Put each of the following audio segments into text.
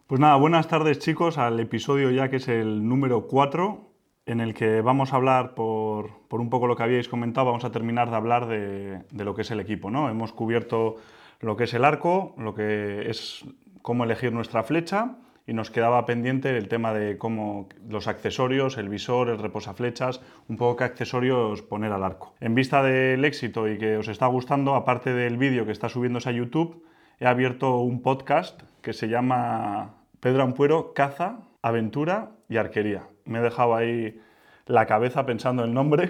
Pues nada, buenas tardes chicos al episodio ya que es el número 4, en el que vamos a hablar por un poco lo que habíais comentado, vamos a terminar de hablar de lo que es el equipo, ¿no? Hemos cubierto lo que es el arco, lo que es cómo elegir nuestra flecha y nos quedaba pendiente el tema de cómo los accesorios, el visor, el reposaflechas, un poco qué accesorios poner al arco. En vista del éxito y que os está gustando, aparte del vídeo que está subiéndose a YouTube, he abierto un podcast que se llama Pedro Ampuero, Caza, Aventura y Arquería. Me he dejado ahí la cabeza pensando el nombre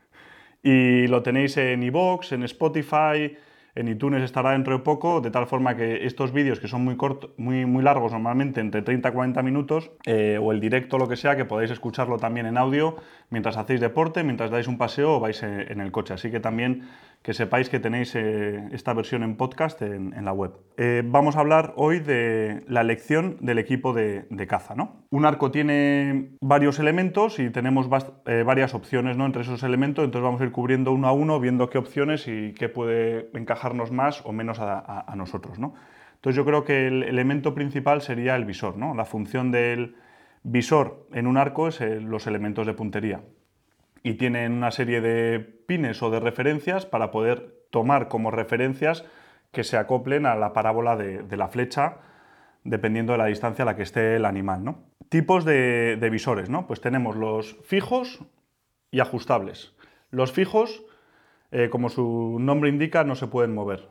y lo tenéis en iVoox, en Spotify, en iTunes estará dentro de poco, de tal forma que estos vídeos que son muy cortos, muy largos, normalmente entre 30 y 40 minutos, o el directo, lo que sea, que podáis escucharlo también en audio mientras hacéis deporte, mientras dais un paseo o vais en el coche. Así que también que sepáis que tenéis esta versión en podcast en la web. Vamos a hablar hoy de la elección del equipo de caza, ¿no? Un arco tiene varios elementos y tenemos varias opciones, ¿no? Entre esos elementos, entonces vamos a ir cubriendo uno a uno, viendo qué opciones y qué puede encajarnos más o menos a nosotros, ¿no? Entonces yo creo que el elemento principal sería el visor, ¿no? La función del visor en un arco es los elementos de puntería y tienen una serie de pines o de referencias para poder tomar como referencias que se acoplen a la parábola de la flecha, dependiendo de la distancia a la que esté el animal, ¿no? Tipos de visores, ¿no? Pues tenemos los fijos y ajustables. Los fijos, como su nombre indica, no se pueden mover.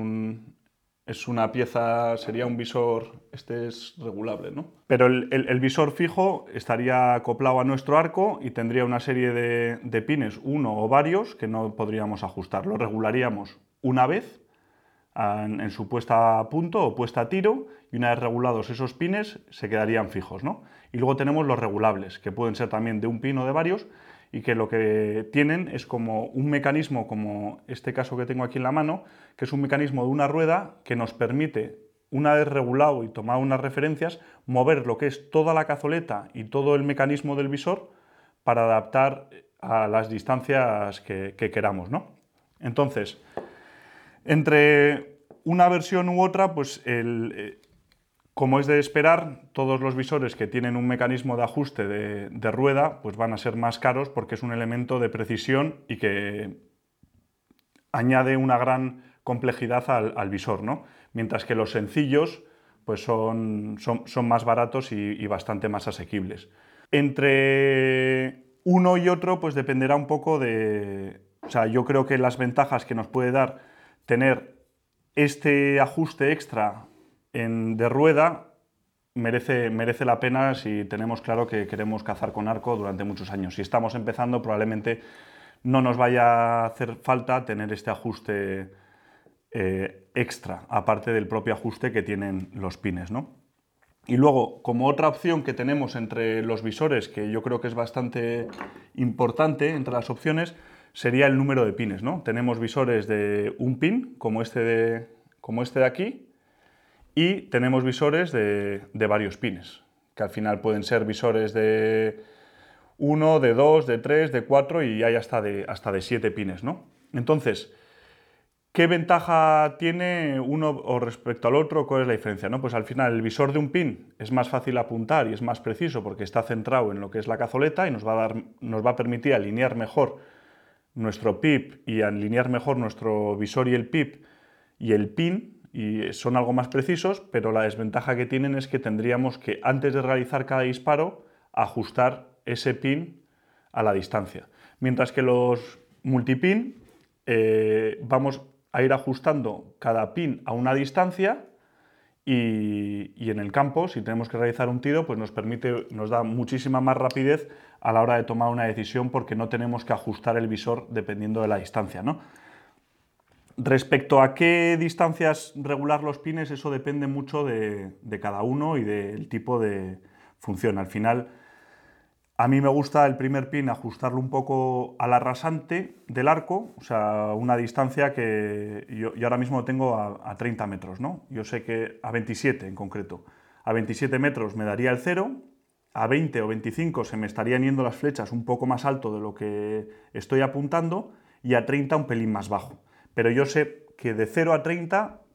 Es una pieza, sería un visor, este es regulable, ¿no? Pero el visor fijo estaría acoplado a nuestro arco y tendría una serie de pines, uno o varios, que no podríamos ajustar. Lo regularíamos una vez en su puesta a punto o puesta a tiro, y una vez regulados esos pines se quedarían fijos, ¿no? Y luego tenemos los regulables, que pueden ser también de un pin o de varios, y que lo que tienen es como un mecanismo, como este caso que tengo aquí en la mano, que es un mecanismo de una rueda que nos permite, una vez regulado y tomado unas referencias, mover lo que es toda la cazoleta y todo el mecanismo del visor para adaptar a las distancias que queramos, ¿no? Entonces, entre una versión u otra, pues como es de esperar, todos los visores que tienen un mecanismo de ajuste de rueda pues van a ser más caros porque es un elemento de precisión y que añade una gran complejidad al visor, ¿no? Mientras que los sencillos pues son más baratos y bastante más asequibles. Entre uno y otro pues dependerá un poco de... O sea, yo creo que las ventajas que nos puede dar tener este ajuste extra de rueda merece la pena si tenemos claro que queremos cazar con arco durante muchos años. Si estamos empezando, probablemente no nos vaya a hacer falta tener este ajuste extra, aparte del propio ajuste que tienen los pines, ¿no? Y luego, como otra opción que tenemos entre los visores, que yo creo que es bastante importante entre las opciones, sería el número de pines, ¿no? Tenemos visores de un pin, como este de aquí, y tenemos visores de varios pines, que al final pueden ser visores de 1, de 2, de 3, de 4 y hay hasta de 7 pines, ¿no? Entonces, ¿qué ventaja tiene uno o respecto al otro? ¿Cuál es la diferencia, no? Pues al final el visor de un pin es más fácil apuntar y es más preciso porque está centrado en lo que es la cazoleta y nos va a permitir alinear mejor nuestro pip y alinear mejor nuestro visor y el pip y el pin, y son algo más precisos, pero la desventaja que tienen es que tendríamos que, antes de realizar cada disparo, ajustar ese pin a la distancia. Mientras que los multipin vamos a ir ajustando cada pin a una distancia y en el campo, si tenemos que realizar un tiro, pues nos da muchísima más rapidez a la hora de tomar una decisión porque no tenemos que ajustar el visor dependiendo de la distancia, ¿no? Respecto a qué distancias regular los pines, eso depende mucho de cada uno y del tipo de función. Al final, a mí me gusta el primer pin ajustarlo un poco a la rasante del arco, o sea, una distancia que yo ahora mismo tengo a 30 metros, ¿no? Yo sé que a 27 en concreto. A 27 metros me daría el 0, a 20 o 25 se me estarían yendo las flechas un poco más alto de lo que estoy apuntando y a 30 un pelín más bajo. Pero yo sé que de 0 a 30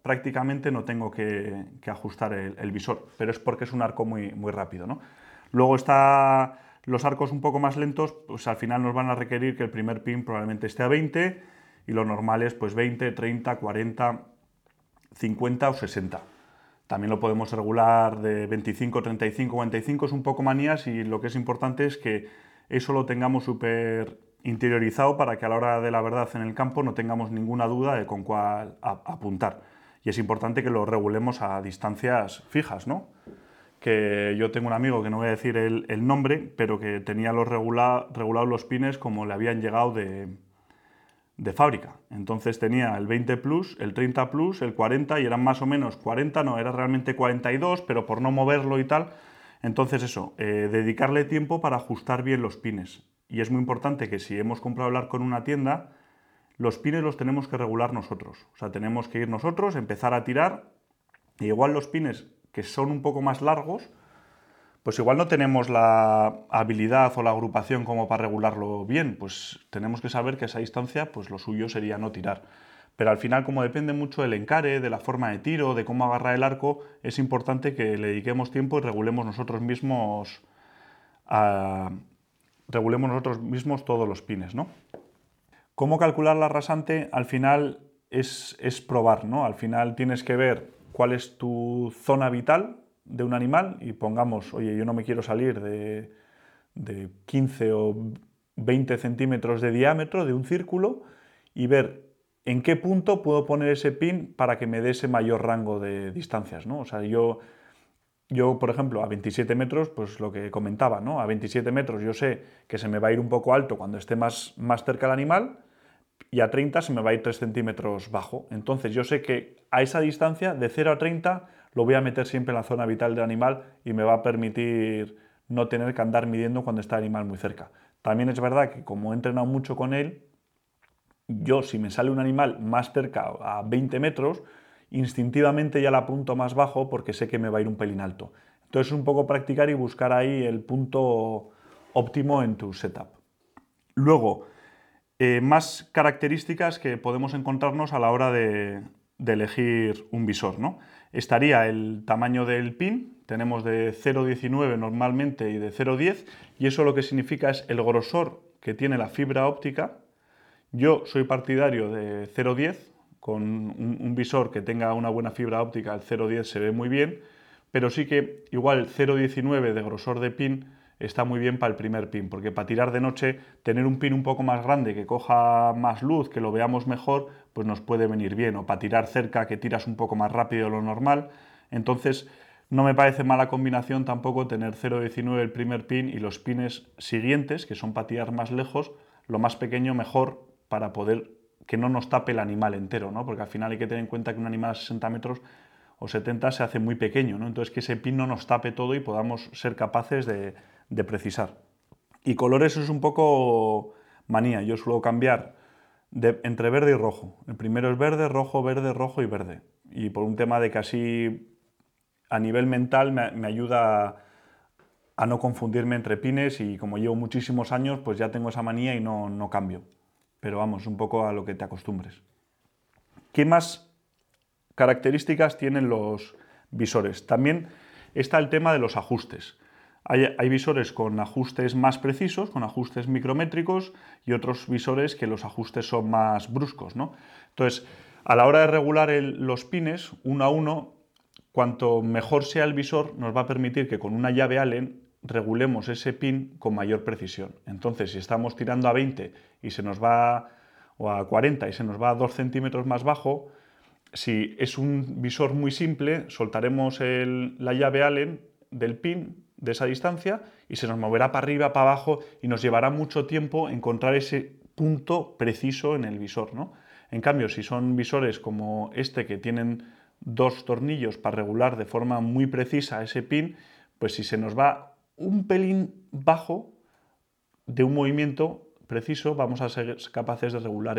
prácticamente no tengo que ajustar el visor, pero es porque es un arco muy, muy rápido, ¿no? Luego está los arcos un poco más lentos, pues al final nos van a requerir que el primer pin probablemente esté a 20 y los normales pues 20, 30, 40, 50 o 60. También lo podemos regular de 25, 35, 45, es un poco manías y lo que es importante es que eso lo tengamos súper interiorizado para que a la hora de la verdad en el campo no tengamos ninguna duda de con cuál apuntar. Y es importante que lo regulemos a distancias fijas, ¿no? Que yo tengo un amigo, que no voy a decir el nombre, pero que tenía regulados los pines como le habían llegado de fábrica. Entonces tenía el 20 Plus, el 30 Plus, el 40 y eran más o menos 40, no, era realmente 42, pero por no moverlo y tal. Entonces eso, dedicarle tiempo para ajustar bien los pines. Y es muy importante que si hemos comprado el arco en una tienda, los pines los tenemos que regular nosotros. O sea, tenemos que ir nosotros, empezar a tirar, y igual los pines que son un poco más largos, pues igual no tenemos la habilidad o la agrupación como para regularlo bien, pues tenemos que saber que a esa distancia pues lo suyo sería no tirar. Pero al final, como depende mucho del encare, de la forma de tiro, de cómo agarrar el arco, es importante que le dediquemos tiempo y regulemos nosotros mismos todos los pines, ¿no? ¿Cómo calcular la rasante? Al final es probar, ¿no? Al final tienes que ver cuál es tu zona vital de un animal y pongamos, oye, yo no me quiero salir de 15 o 20 centímetros de diámetro de un círculo y ver en qué punto puedo poner ese pin para que me dé ese mayor rango de distancias, ¿no? O sea, yo, por ejemplo, a 27 metros, pues lo que comentaba, ¿no? A 27 metros yo sé que se me va a ir un poco alto cuando esté más cerca del animal y a 30 se me va a ir 3 centímetros bajo. Entonces yo sé que a esa distancia, de 0 a 30, lo voy a meter siempre en la zona vital del animal y me va a permitir no tener que andar midiendo cuando está el animal muy cerca. También es verdad que como he entrenado mucho con él, yo si me sale un animal más cerca, a 20 metros, instintivamente ya la apunto más bajo porque sé que me va a ir un pelín alto. Entonces es un poco practicar y buscar ahí el punto óptimo en tu setup. Luego, más características que podemos encontrarnos a la hora de elegir un visor, ¿no? Estaría el tamaño del pin, tenemos de 0,19 normalmente y de 0,10, y eso lo que significa es el grosor que tiene la fibra óptica. Yo soy partidario de 0,10, con un visor que tenga una buena fibra óptica, el 0,10 se ve muy bien, pero sí que igual el 0,19 de grosor de pin está muy bien para el primer pin, porque para tirar de noche, tener un pin un poco más grande, que coja más luz, que lo veamos mejor, pues nos puede venir bien, o para tirar cerca, que tiras un poco más rápido de lo normal. Entonces, no me parece mala combinación tampoco tener 0,19 el primer pin y los pines siguientes, que son para tirar más lejos, lo más pequeño mejor para poder que no nos tape el animal entero, ¿no? Porque al final hay que tener en cuenta que un animal a 60 metros o 70 se hace muy pequeño, ¿no? Entonces que ese pin no nos tape todo y podamos ser capaces de precisar. Y colores es un poco manía, yo suelo cambiar entre verde y rojo. El primero es verde, rojo y verde. Y por un tema de que así a nivel mental me ayuda a no confundirme entre pines y como llevo muchísimos años, pues ya tengo esa manía y no cambio. Pero vamos, un poco a lo que te acostumbres. ¿Qué más características tienen los visores? También está el tema de los ajustes. Hay visores con ajustes más precisos, con ajustes micrométricos, y otros visores que los ajustes son más bruscos, ¿no? Entonces, a la hora de regular los pines, uno a uno, cuanto mejor sea el visor, nos va a permitir que con una llave Allen regulemos ese pin con mayor precisión. Entonces, si estamos tirando a 20 y se nos va, o a 40 y se nos va a 2 centímetros más bajo, si es un visor muy simple, soltaremos la llave Allen del pin de esa distancia y se nos moverá para arriba, para abajo y nos llevará mucho tiempo encontrar ese punto preciso en el visor, ¿no? En cambio, si son visores como este que tienen dos tornillos para regular de forma muy precisa ese pin, pues si se nos va un pelín bajo de un movimiento preciso, vamos a ser capaces de regular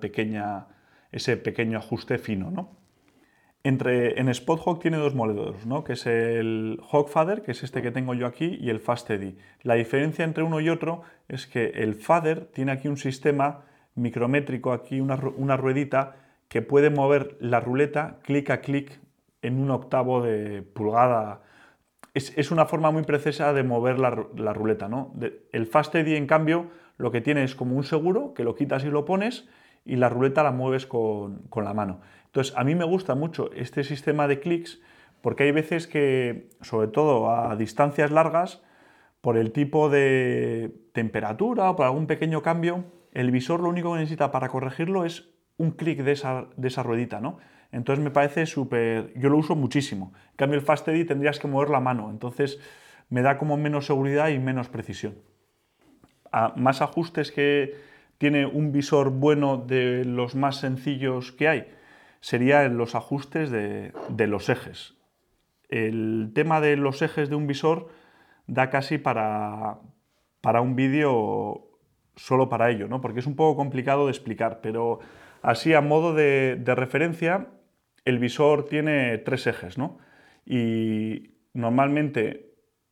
ese pequeño ajuste fino, ¿no? En Spot Hog tiene dos modelos, ¿no? Que es el Hog Father, que es este que tengo yo aquí, y el Fast Eddy. La diferencia entre uno y otro es que el Father tiene aquí un sistema micrométrico, aquí una ruedita, que puede mover la ruleta clic a clic en un octavo de pulgada. Es una forma muy precisa de mover la ruleta, ¿no? El Fast Eddy, en cambio, lo que tiene es como un seguro, que lo quitas y lo pones, y la ruleta la mueves con la mano. Entonces, a mí me gusta mucho este sistema de clics, porque hay veces que, sobre todo a distancias largas, por el tipo de temperatura o por algún pequeño cambio, el visor lo único que necesita para corregirlo es un clic de esa ruedita, ¿no? Entonces me parece súper... Yo lo uso muchísimo. En cambio el Fast Eddy tendrías que mover la mano, entonces me da como menos seguridad y menos precisión. Más ajustes que tiene un visor bueno de los más sencillos que hay serían los ajustes de los ejes. El tema de los ejes de un visor da casi para un vídeo solo para ello, ¿no? Porque es un poco complicado de explicar, pero así a modo de referencia, el visor tiene 3 ejes, ¿no? Y normalmente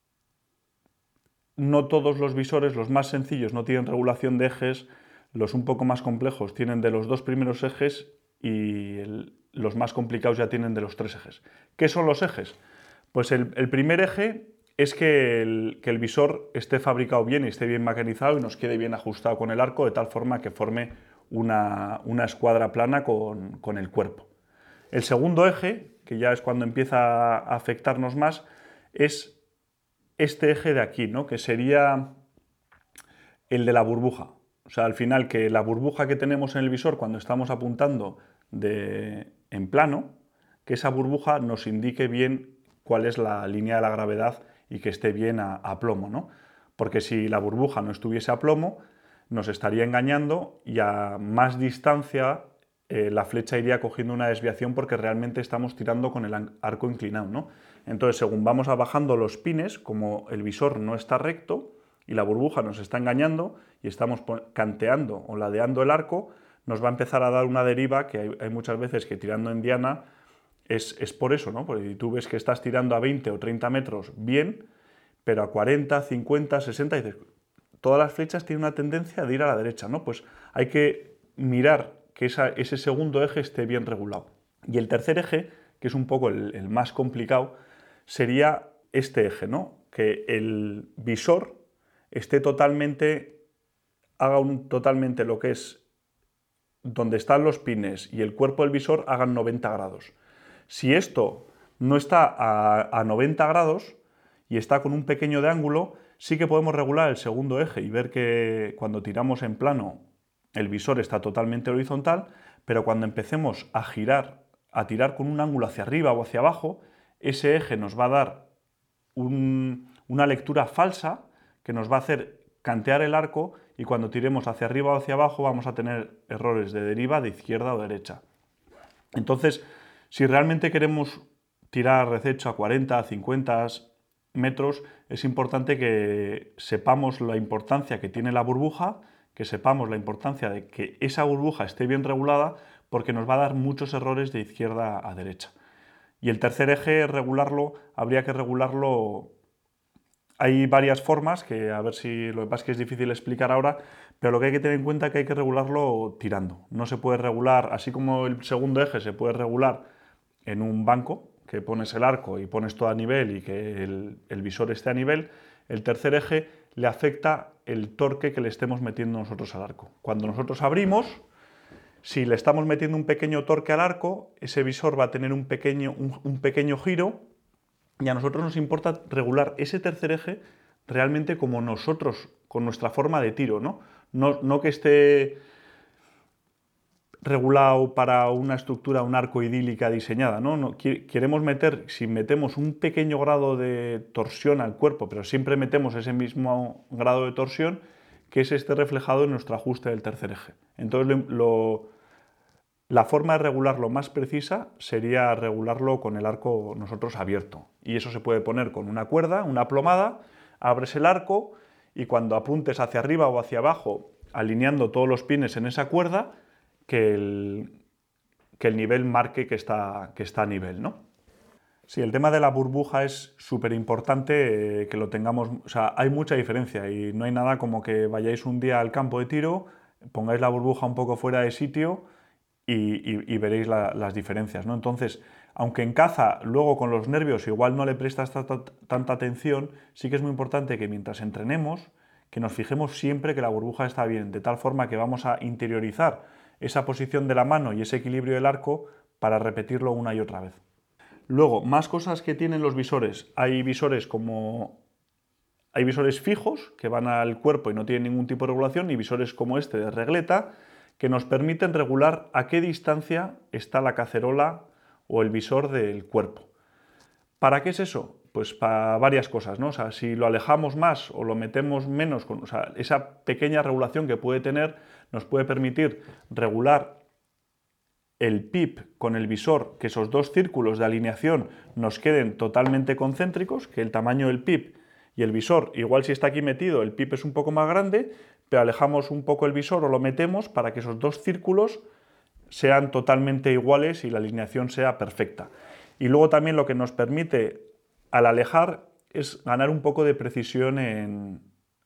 no todos los visores, los más sencillos, no tienen regulación de ejes, los un poco más complejos tienen de los 2 primeros ejes y los más complicados ya tienen de los 3 ejes. ¿Qué son los ejes? Pues el primer eje es que el visor esté fabricado bien y esté bien mecanizado y nos quede bien ajustado con el arco de tal forma que forme una escuadra plana con el cuerpo. El segundo eje, que ya es cuando empieza a afectarnos más, es este eje de aquí, ¿no? Que sería el de la burbuja. O sea, al final que la burbuja que tenemos en el visor cuando estamos apuntando en plano, que esa burbuja nos indique bien cuál es la línea de la gravedad y que esté bien a plomo, ¿no? Porque si la burbuja no estuviese a plomo, nos estaría engañando y a más distancia la flecha iría cogiendo una desviación porque realmente estamos tirando con el arco inclinado, ¿no? Entonces, según vamos bajando los pines, como el visor no está recto y la burbuja nos está engañando y estamos canteando o ladeando el arco, nos va a empezar a dar una deriva que hay muchas veces que tirando en diana es por eso, ¿no? Porque tú ves que estás tirando a 20 o 30 metros bien, pero a 40, 50, 60, dices, todas las flechas tienen una tendencia de ir a la derecha, ¿no? Pues hay que mirar que ese segundo eje esté bien regulado. Y el tercer eje, que es un poco el más complicado, sería este eje, ¿no? Que el visor esté totalmente lo que es donde están los pines y el cuerpo del visor hagan 90 grados. Si esto no está a 90 grados y está con un pequeño de ángulo, sí que podemos regular el segundo eje y ver que cuando tiramos en plano el visor está totalmente horizontal, pero cuando empecemos a girar, a tirar con un ángulo hacia arriba o hacia abajo, ese eje nos va a dar una lectura falsa que nos va a hacer cantear el arco y cuando tiremos hacia arriba o hacia abajo vamos a tener errores de deriva de izquierda o derecha. Entonces, si realmente queremos tirar rececho a 40, 50 metros, es importante que sepamos la importancia que tiene la burbuja, que sepamos la importancia de que esa burbuja esté bien regulada, porque nos va a dar muchos errores de izquierda a derecha. Y el tercer eje, habría que regularlo. Hay varias formas, que a ver si lo que pasa es que es difícil explicar ahora, pero lo que hay que tener en cuenta es que hay que regularlo tirando. No se puede regular, así como el segundo eje se puede regular en un banco, que pones el arco y pones todo a nivel y que el visor esté a nivel, el tercer eje le afecta el torque que le estemos metiendo nosotros al arco. Cuando nosotros abrimos, si le estamos metiendo un pequeño torque al arco, ese visor va a tener un pequeño giro y a nosotros nos importa regular ese tercer eje realmente como nosotros, con nuestra forma de tiro, ¿no? No que esté regulado para una estructura, un arco idílica diseñada, ¿no? Queremos meter, si metemos un pequeño grado de torsión al cuerpo, pero siempre metemos ese mismo grado de torsión, que ese esté reflejado en nuestro ajuste del tercer eje. Entonces, la forma de regularlo más precisa sería regularlo con el arco nosotros abierto. Y eso se puede poner con una cuerda, una plomada, abres el arco y cuando apuntes hacia arriba o hacia abajo, alineando todos los pines en esa cuerda, que el nivel marque que está a nivel, ¿no? Sí, el tema de la burbuja es súper importante que lo tengamos, o sea, hay mucha diferencia y no hay nada como que vayáis un día al campo de tiro, pongáis la burbuja un poco fuera de sitio y veréis las diferencias, ¿no? Entonces, aunque en caza luego con los nervios igual no le prestas tanta atención, sí que es muy importante que mientras entrenemos, que nos fijemos siempre que la burbuja está bien, de tal forma que vamos a interiorizar esa posición de la mano y ese equilibrio del arco para repetirlo una y otra vez. Luego, más cosas que tienen los visores. Hay visores fijos que van al cuerpo y no tienen ningún tipo de regulación, y visores como este de regleta que nos permiten regular a qué distancia está la cacerola o el visor del cuerpo. ¿Para qué es eso? Pues para varias cosas, ¿no? O sea, si lo alejamos más o lo metemos menos, o sea, esa pequeña regulación que puede tener nos puede permitir regular el PIP con el visor, que esos dos círculos de alineación nos queden totalmente concéntricos, que el tamaño del PIP y el visor, igual si está aquí metido, el PIP es un poco más grande, pero alejamos un poco el visor o lo metemos para que esos dos círculos sean totalmente iguales y la alineación sea perfecta. Y luego también lo que nos permite al alejar es ganar un poco de precisión en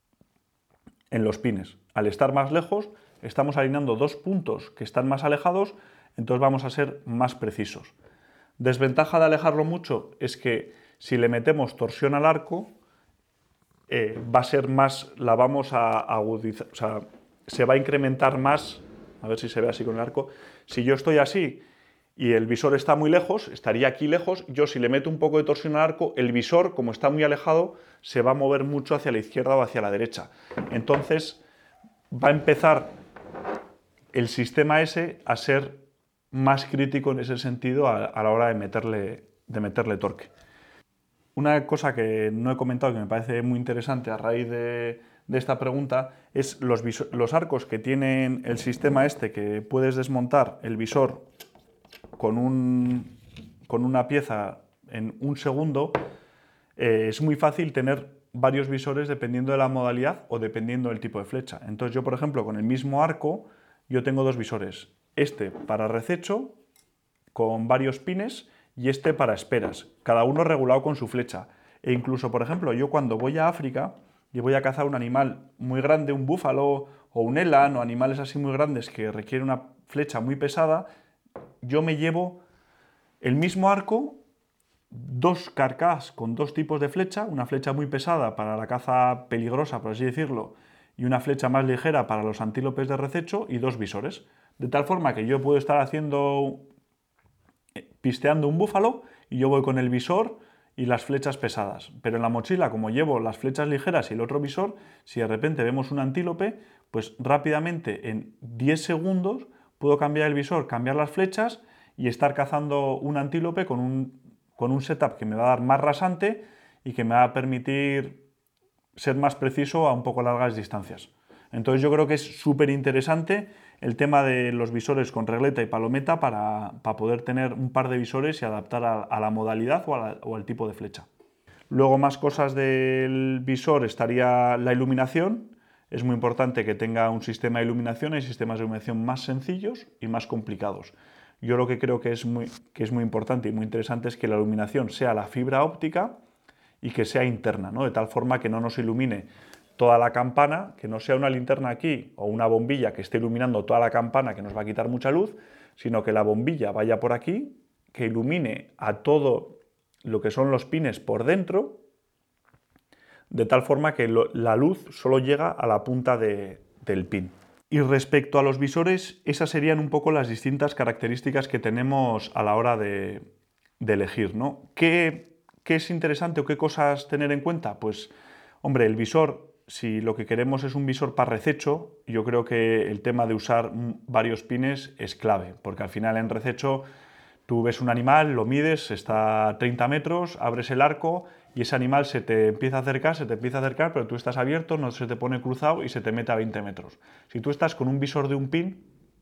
los pines. Al estar más lejos, estamos alineando dos puntos que están más alejados, entonces vamos a ser más precisos. Desventaja de alejarlo mucho es que si le metemos torsión al arco, va a ser más, la vamos a agudizar, o sea, se va a incrementar más, a ver si se ve así con el arco. Si yo estoy así y el visor está muy lejos, estaría aquí lejos, yo si le meto un poco de torsión al arco, el visor, como está muy alejado, se va a mover mucho hacia la izquierda o hacia la derecha. Entonces va a empezar el sistema ese a ser más crítico en ese sentido a la hora de meterle torque. Una cosa que no he comentado que me parece muy interesante a raíz de esta pregunta es los arcos que tienen el sistema este, que puedes desmontar el visor con una pieza en un segundo. Es muy fácil tener varios visores dependiendo de la modalidad o dependiendo del tipo de flecha. Entonces yo, por ejemplo, con el mismo arco, yo tengo dos visores. Este para rececho, con varios pines, y este para esperas, cada uno regulado con su flecha. E incluso, por ejemplo, yo cuando voy a África y voy a cazar un animal muy grande, un búfalo o un elan o animales así muy grandes que requieren una flecha muy pesada, yo me llevo el mismo arco, dos carcas con dos tipos de flecha, una flecha muy pesada para la caza peligrosa, por así decirlo, y una flecha más ligera para los antílopes de rececho, y dos visores. De tal forma que yo puedo estar pisteando un búfalo y yo voy con el visor y las flechas pesadas. Pero en la mochila, como llevo las flechas ligeras y el otro visor, si de repente vemos un antílope, pues rápidamente en 10 segundos puedo cambiar el visor, cambiar las flechas y estar cazando un antílope con un setup que me va a dar más rasante y que me va a permitir ser más preciso a un poco largas distancias. Entonces yo creo que es súper interesante el tema de los visores con regleta y palometa para poder tener un par de visores y adaptar a la modalidad o al tipo de flecha. Luego, más cosas del visor, estaría la iluminación. Es muy importante que tenga un sistema de iluminación. Hay sistemas de iluminación más sencillos y más complicados. Yo lo que creo que es muy importante y muy interesante es que la iluminación sea la fibra óptica y que sea interna, ¿no? De tal forma que no nos ilumine toda la campana, que no sea una linterna aquí o una bombilla que esté iluminando toda la campana, que nos va a quitar mucha luz, sino que la bombilla vaya por aquí, que ilumine a todo lo que son los pines por dentro, de tal forma que la luz solo llega a la punta del pin. Y respecto a los visores, esas serían un poco las distintas características que tenemos a la hora de elegir, ¿no? ¿Qué es interesante o qué cosas tener en cuenta? Pues, hombre, el visor, si lo que queremos es un visor para rececho, yo creo que el tema de usar varios pines es clave, porque al final en rececho tú ves un animal, lo mides, está a 30 metros, abres el arco y ese animal se te empieza a acercar, pero tú estás abierto, no se te pone cruzado y se te mete a 20 metros. Si tú estás con un visor de un pin,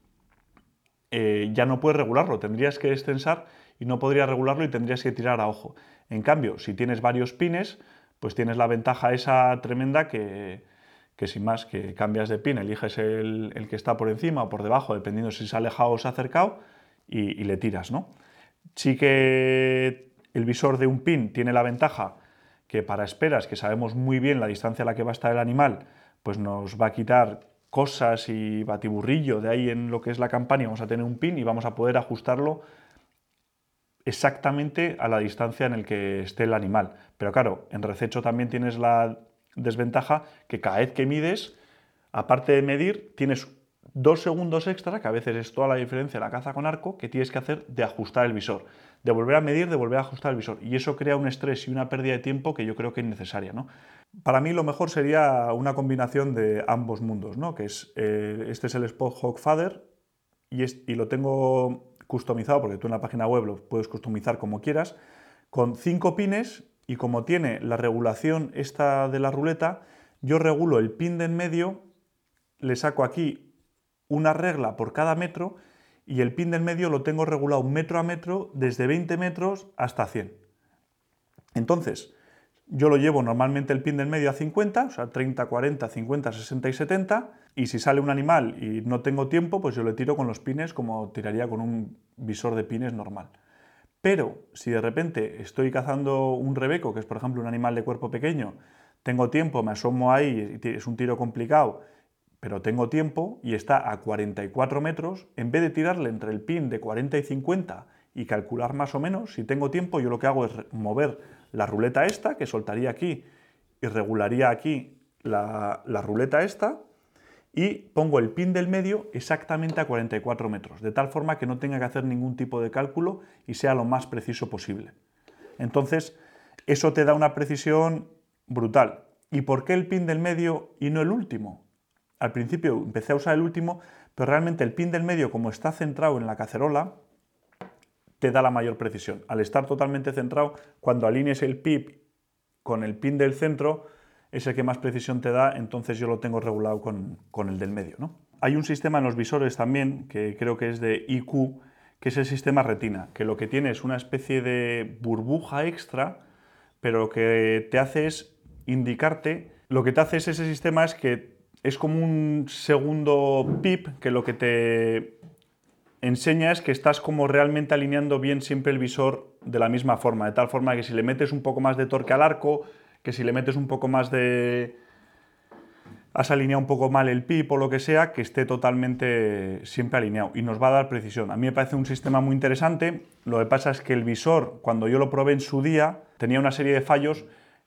ya no puedes regularlo, tendrías que extensar y no podrías regularlo y tendrías que tirar a ojo. En cambio, si tienes varios pines, pues tienes la ventaja esa tremenda que sin más, que cambias de pin, eliges el que está por encima o por debajo, dependiendo si se ha alejado o se ha acercado, y le tiras, ¿no? Sí que el visor de un pin tiene la ventaja que para esperas, que sabemos muy bien la distancia a la que va a estar el animal, pues nos va a quitar cosas y batiburrillo de ahí en lo que es la campaña, vamos a tener un pin y vamos a poder ajustarlo exactamente a la distancia en el que esté el animal. Pero claro, en rececho también tienes la desventaja que cada vez que mides, aparte de medir, tienes 2 segundos extra, que a veces es toda la diferencia en la caza con arco, que tienes que hacer de ajustar el visor. De volver a medir, de volver a ajustar el visor. Y eso crea un estrés y una pérdida de tiempo que yo creo que es innecesaria, ¿no? Para mí lo mejor sería una combinación de ambos mundos, ¿no? Que es, este es el Spot Hawk Feather y lo tengo customizado, porque tú en la página web lo puedes customizar como quieras, con 5 pines, y como tiene la regulación esta de la ruleta, yo regulo el pin de en medio, le saco aquí una regla por cada metro y el pin del medio lo tengo regulado metro a metro desde 20 metros hasta 100. Entonces, yo lo llevo normalmente el pin del medio a 50, o sea, 30, 40, 50, 60 y 70, y si sale un animal y no tengo tiempo, pues yo le tiro con los pines como tiraría con un visor de pines normal. Pero si de repente estoy cazando un rebeco, que es por ejemplo un animal de cuerpo pequeño, tengo tiempo, me asomo ahí, es un tiro complicado, pero tengo tiempo y está a 44 metros, en vez de tirarle entre el pin de 40 y 50 y calcular más o menos, si tengo tiempo, yo lo que hago es mover la ruleta esta, que soltaría aquí y regularía aquí la ruleta esta, y pongo el pin del medio exactamente a 44 metros, de tal forma que no tenga que hacer ningún tipo de cálculo y sea lo más preciso posible. Entonces, eso te da una precisión brutal. ¿Y por qué el pin del medio y no el último? Al principio empecé a usar el último, pero realmente el pin del medio, como está centrado en la cacerola, te da la mayor precisión. Al estar totalmente centrado, cuando alinees el pip con el pin del centro, es el que más precisión te da, entonces yo lo tengo regulado con el del medio, ¿no? Hay un sistema en los visores también, que creo que es de IQ, que es el sistema retina, que lo que tiene es una especie de burbuja extra, pero lo que te hace es indicarte, lo que te hace ese sistema es que es como un segundo pip que lo que te enseña es que estás como realmente alineando bien siempre el visor de la misma forma, de tal forma que si le metes un poco más de torque al arco, que si le metes un poco más de... has alineado un poco mal el pip o lo que sea, que esté totalmente siempre alineado y nos va a dar precisión. A mí me parece un sistema muy interesante, lo que pasa es que el visor, cuando yo lo probé en su día, tenía una serie de fallos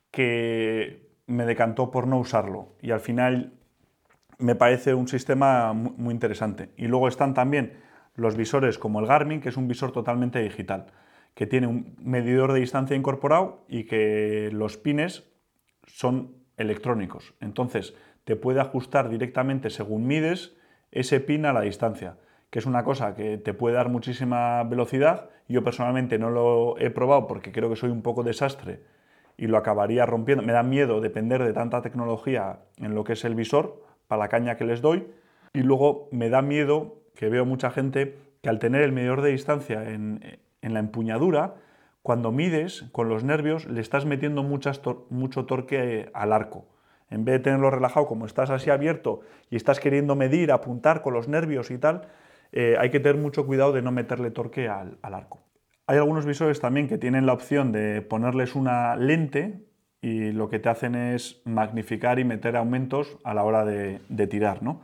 que me decantó por no usarlo y al final me parece un sistema muy interesante. Y luego están también los visores como el Garmin, que es un visor totalmente digital, que tiene un medidor de distancia incorporado y que los pines son electrónicos. Entonces, te puede ajustar directamente según mides ese pin a la distancia, que es una cosa que te puede dar muchísima velocidad. Yo personalmente no lo he probado porque creo que soy un poco desastre y lo acabaría rompiendo. Me da miedo depender de tanta tecnología en lo que es el visor, para la caña que les doy, y luego me da miedo que veo mucha gente que al tener el medidor de distancia en la empuñadura, cuando mides con los nervios le estás metiendo mucho torque al arco. En vez de tenerlo relajado, como estás así abierto y estás queriendo medir, apuntar con los nervios y tal, hay que tener mucho cuidado de no meterle torque al arco. Hay algunos visores también que tienen la opción de ponerles una lente y lo que te hacen es magnificar y meter aumentos a la hora de tirar, ¿no?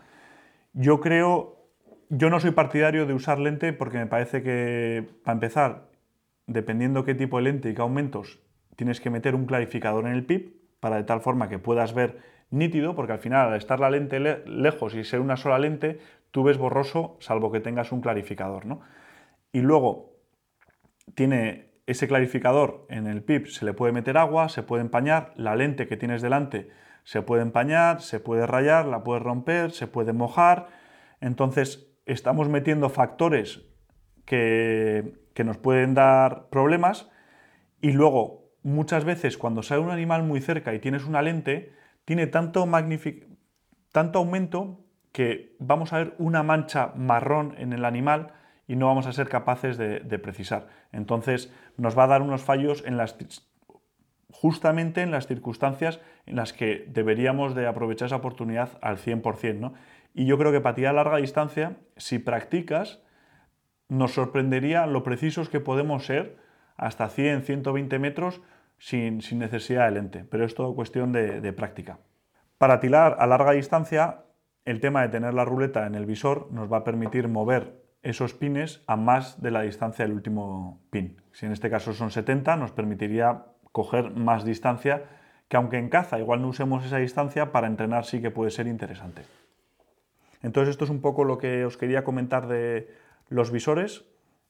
Yo no soy partidario de usar lente porque me parece que, para empezar, dependiendo qué tipo de lente y qué aumentos, tienes que meter un clarificador en el pip para de tal forma que puedas ver nítido, porque al final al estar la lente lejos y ser una sola lente, tú ves borroso salvo que tengas un clarificador, ¿no? Y luego tiene ese clarificador en el pip, se le puede meter agua, se puede empañar, la lente que tienes delante se puede empañar, se puede rayar, la puedes romper, se puede mojar. Entonces estamos metiendo factores que nos pueden dar problemas y luego muchas veces cuando sale un animal muy cerca y tienes una lente, tiene tanto aumento que vamos a ver una mancha marrón en el animal y no vamos a ser capaces de precisar. Entonces nos va a dar unos fallos justamente en las circunstancias en las que deberíamos de aprovechar esa oportunidad al 100%, ¿no? Y yo creo que para tirar a larga distancia, si practicas, nos sorprendería lo precisos que podemos ser hasta 100, 120 metros sin necesidad de lente, pero es todo cuestión de práctica. Para tirar a larga distancia, el tema de tener la ruleta en el visor nos va a permitir mover esos pines a más de la distancia del último pin. Si en este caso son 70, nos permitiría coger más distancia, que aunque en caza igual no usemos esa distancia, para entrenar sí que puede ser interesante. Entonces esto es un poco lo que os quería comentar de los visores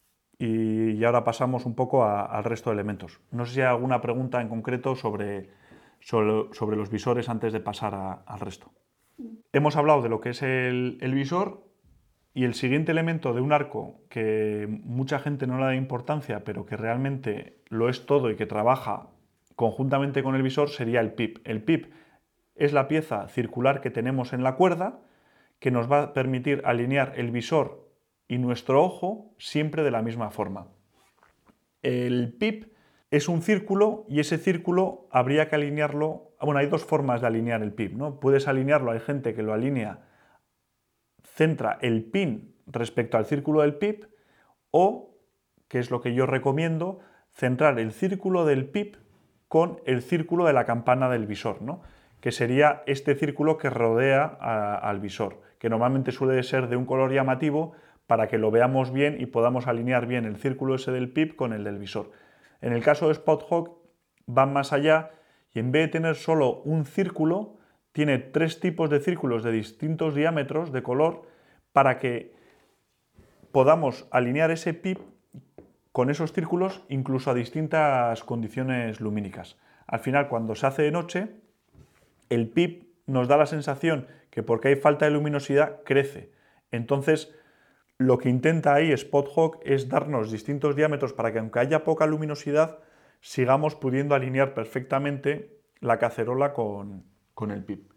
y ahora pasamos un poco al resto de elementos. No sé si hay alguna pregunta en concreto sobre los visores antes de pasar al resto. Hemos hablado de lo que es el visor y el siguiente elemento de un arco que mucha gente no le da importancia, pero que realmente lo es todo y que trabaja conjuntamente con el visor sería el pip. El pip es la pieza circular que tenemos en la cuerda que nos va a permitir alinear el visor y nuestro ojo siempre de la misma forma. El pip es un círculo y ese círculo habría que alinearlo. Bueno, hay dos formas de alinear el pip, ¿no? Puedes alinearlo, hay gente que lo alinea, centra el pin respecto al círculo del pip, o, que es lo que yo recomiendo, centrar el círculo del pip con el círculo de la campana del visor, ¿no? Que sería este círculo que rodea al visor, que normalmente suele ser de un color llamativo para que lo veamos bien y podamos alinear bien el círculo ese del pip con el del visor. En el caso de Spot Hawk van más allá y en vez de tener solo un círculo, tiene 3 tipos de círculos de distintos diámetros de color para que podamos alinear ese pip con esos círculos incluso a distintas condiciones lumínicas. Al final, cuando se hace de noche, el pip nos da la sensación que porque hay falta de luminosidad crece. Entonces, lo que intenta ahí Spot Hawk es darnos distintos diámetros para que aunque haya poca luminosidad, sigamos pudiendo alinear perfectamente la cacerola con el pip.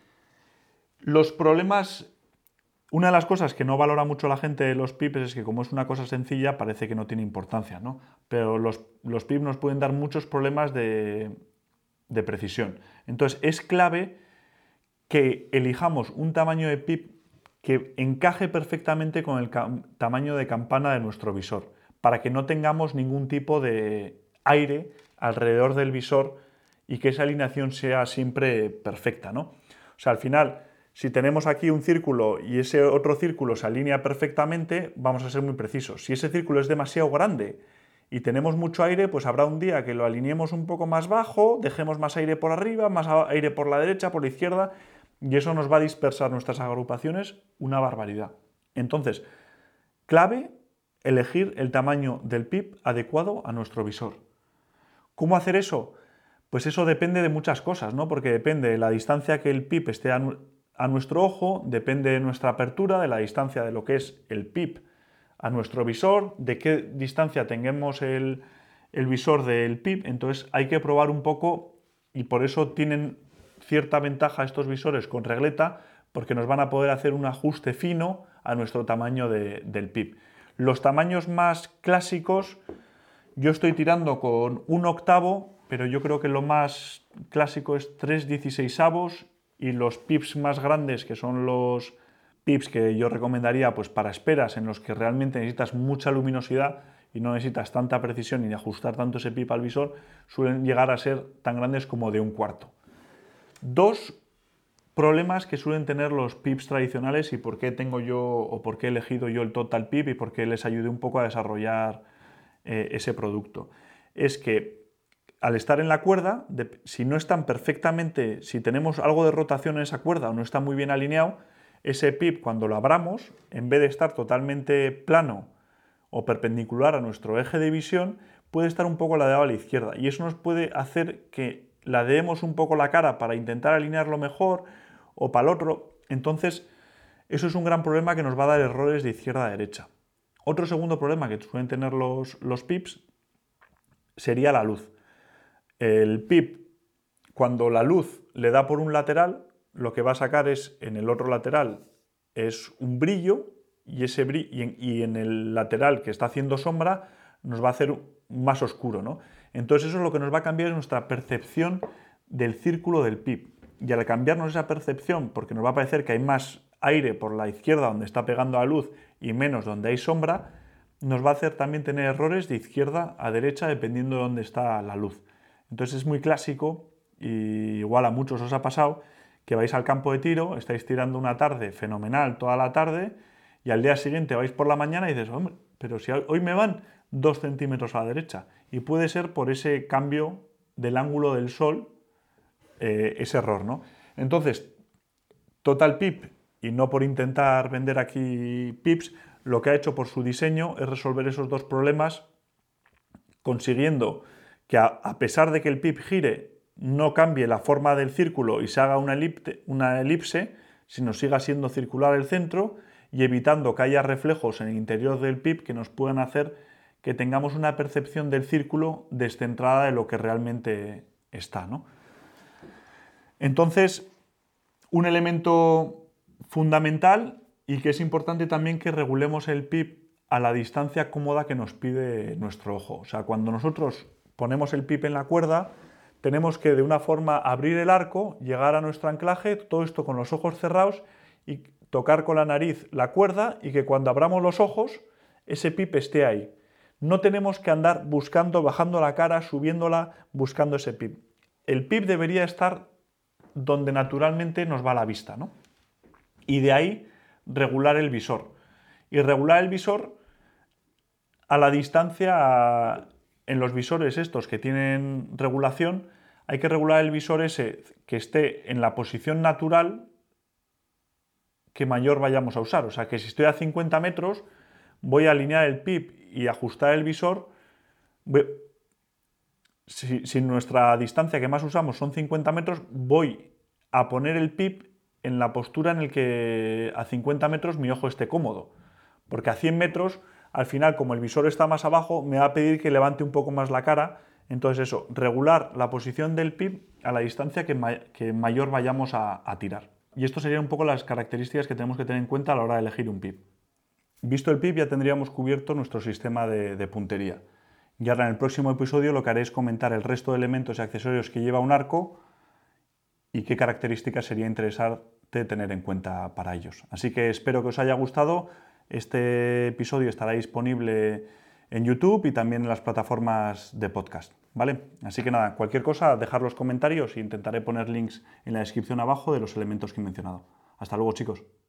Los problemas... Una de las cosas que no valora mucho la gente de los pips es que como es una cosa sencilla parece que no tiene importancia, ¿no? Pero los pips nos pueden dar muchos problemas de precisión. Entonces es clave que elijamos un tamaño de pip que encaje perfectamente con el tamaño de campana de nuestro visor, para que no tengamos ningún tipo de aire alrededor del visor y que esa alineación sea siempre perfecta, ¿no? O sea, al final, si tenemos aquí un círculo y ese otro círculo se alinea perfectamente, vamos a ser muy precisos. Si ese círculo es demasiado grande y tenemos mucho aire, pues habrá un día que lo alineemos un poco más bajo, dejemos más aire por arriba, más aire por la derecha, por la izquierda, y eso nos va a dispersar nuestras agrupaciones una barbaridad. Entonces, clave, elegir el tamaño del pip adecuado a nuestro visor. ¿Cómo hacer eso? Pues eso depende de muchas cosas, ¿no? Porque depende de la distancia que el pip esté a nuestro ojo, depende de nuestra apertura, de la distancia de lo que es el pip a nuestro visor, de qué distancia tengamos el visor del pip. Entonces hay que probar un poco y por eso tienen cierta ventaja estos visores con regleta, porque nos van a poder hacer un ajuste fino a nuestro tamaño del pip. Los tamaños más clásicos, yo estoy tirando con 1/8, pero yo creo que lo más clásico es 3/16 y los pips más grandes, que son los pips que yo recomendaría pues para esperas en los que realmente necesitas mucha luminosidad y no necesitas tanta precisión ni ajustar tanto ese pip al visor, suelen llegar a ser tan grandes como de 1/4. Dos problemas que suelen tener los pips tradicionales y por qué tengo yo o por qué he elegido yo el Total Pip y por qué les ayudé un poco a desarrollar ese producto. Es que al estar en la cuerda, si no están perfectamente, si tenemos algo de rotación en esa cuerda o no está muy bien alineado, ese pip cuando lo abramos, en vez de estar totalmente plano o perpendicular a nuestro eje de visión, puede estar un poco ladeado a la izquierda y eso nos puede hacer que ladeemos un poco la cara para intentar alinearlo mejor o para el otro. Entonces, eso es un gran problema que nos va a dar errores de izquierda a derecha. Otro segundo problema que suelen tener los pips sería la luz. El pip, cuando la luz le da por un lateral, lo que va a sacar es, en el otro lateral, es un brillo y en el lateral que está haciendo sombra nos va a hacer más oscuro, ¿no? Entonces eso es lo que nos va a cambiar es nuestra percepción del círculo del pip. Y al cambiarnos esa percepción, porque nos va a parecer que hay más aire por la izquierda donde está pegando la luz y menos donde hay sombra, nos va a hacer también tener errores de izquierda a derecha dependiendo de dónde está la luz. Entonces es muy clásico, y igual a muchos os ha pasado, que vais al campo de tiro, estáis tirando una tarde fenomenal toda la tarde y al día siguiente vais por la mañana y dices, hombre, pero si hoy me van 2 centímetros a la derecha. Y puede ser por ese cambio del ángulo del sol, ese error, ¿no? Entonces, Total Pip, y no por intentar vender aquí pips, lo que ha hecho por su diseño es resolver esos dos problemas, consiguiendo que a pesar de que el pip gire, no cambie la forma del círculo y se haga una elipse, sino siga siendo circular el centro, y evitando que haya reflejos en el interior del pip que nos puedan hacer que tengamos una percepción del círculo descentrada de lo que realmente está, ¿no? Entonces, un elemento fundamental y que es importante también que regulemos el pip a la distancia cómoda que nos pide nuestro ojo. O sea, cuando nosotros ponemos el pip en la cuerda, tenemos que de una forma abrir el arco, llegar a nuestro anclaje, todo esto con los ojos cerrados y tocar con la nariz la cuerda y que cuando abramos los ojos, ese pip esté ahí. No tenemos que andar buscando, bajando la cara, subiéndola, buscando ese pip. El pip debería estar donde naturalmente nos va la vista, ¿no? Y de ahí regular el visor. Y regular el visor a la distancia, en los visores estos que tienen regulación, hay que regular el visor ese que esté en la posición natural que mayor vayamos a usar. O sea, que si estoy a 50 metros, voy a alinear el pip y ajustar el visor. Si nuestra distancia que más usamos son 50 metros, voy a poner el pip en la postura en la que a 50 metros mi ojo esté cómodo. Porque a 100 metros, al final, como el visor está más abajo, me va a pedir que levante un poco más la cara. Entonces eso, regular la posición del pip a la distancia que mayor vayamos a tirar. Y esto serían un poco las características que tenemos que tener en cuenta a la hora de elegir un pip. Visto el pip, ya tendríamos cubierto nuestro sistema de puntería. Y ahora en el próximo episodio lo que haré es comentar el resto de elementos y accesorios que lleva un arco y qué características sería interesante tener en cuenta para ellos. Así que espero que os haya gustado. Este episodio estará disponible en YouTube y también en las plataformas de podcast, ¿vale? Así que nada, cualquier cosa, dejad los comentarios e intentaré poner links en la descripción abajo de los elementos que he mencionado. Hasta luego, chicos.